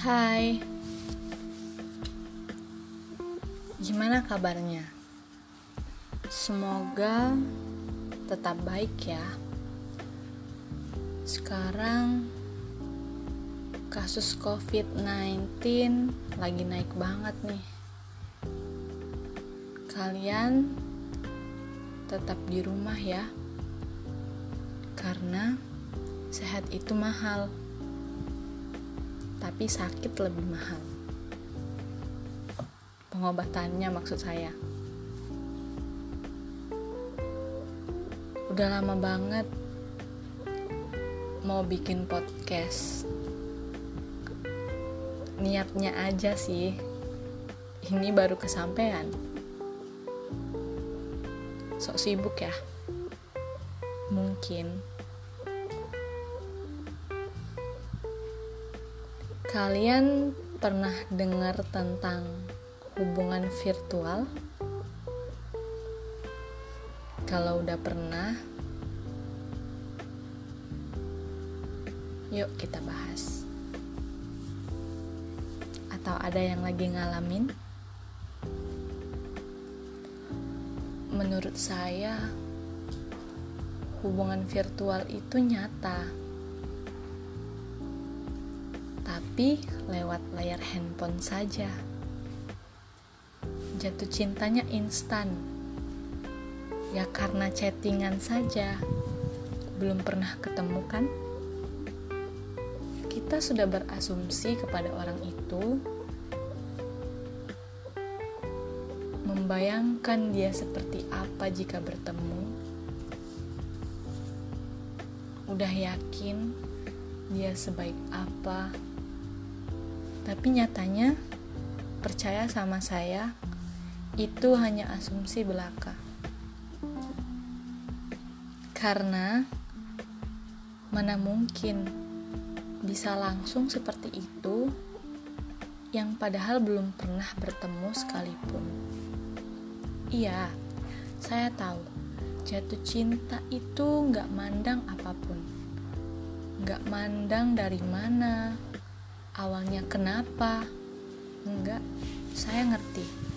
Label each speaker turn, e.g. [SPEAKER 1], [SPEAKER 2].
[SPEAKER 1] Hai, gimana kabarnya? Semoga tetap baik ya. Sekarang kasus COVID-19 lagi naik banget nih. Kalian tetap di rumah ya, karena sehat itu mahal, tapi sakit lebih mahal. Pengobatannya maksud saya. Udah lama banget mau bikin podcast. Niatnya aja sih, ini baru kesampaian. Sok sibuk ya? Mungkin. Kalian pernah dengar tentang hubungan virtual? Kalau udah pernah, yuk kita bahas. Atau ada yang lagi ngalamin? Menurut saya, hubungan virtual itu nyata, tapi lewat layar handphone saja. Jatuh cintanya instan, ya karena chattingan saja, belum pernah ketemu kan? Kita sudah berasumsi kepada orang itu, membayangkan dia seperti apa jika bertemu, udah yakin dia sebaik apa. Tapi nyatanya, percaya sama saya, itu hanya asumsi belaka. Karena mana mungkin bisa langsung seperti itu yang padahal belum pernah bertemu sekalipun. Iya, saya tahu jatuh cinta itu gak mandang apapun, gak mandang dari mana, awalnya kenapa. Enggak, saya ngerti.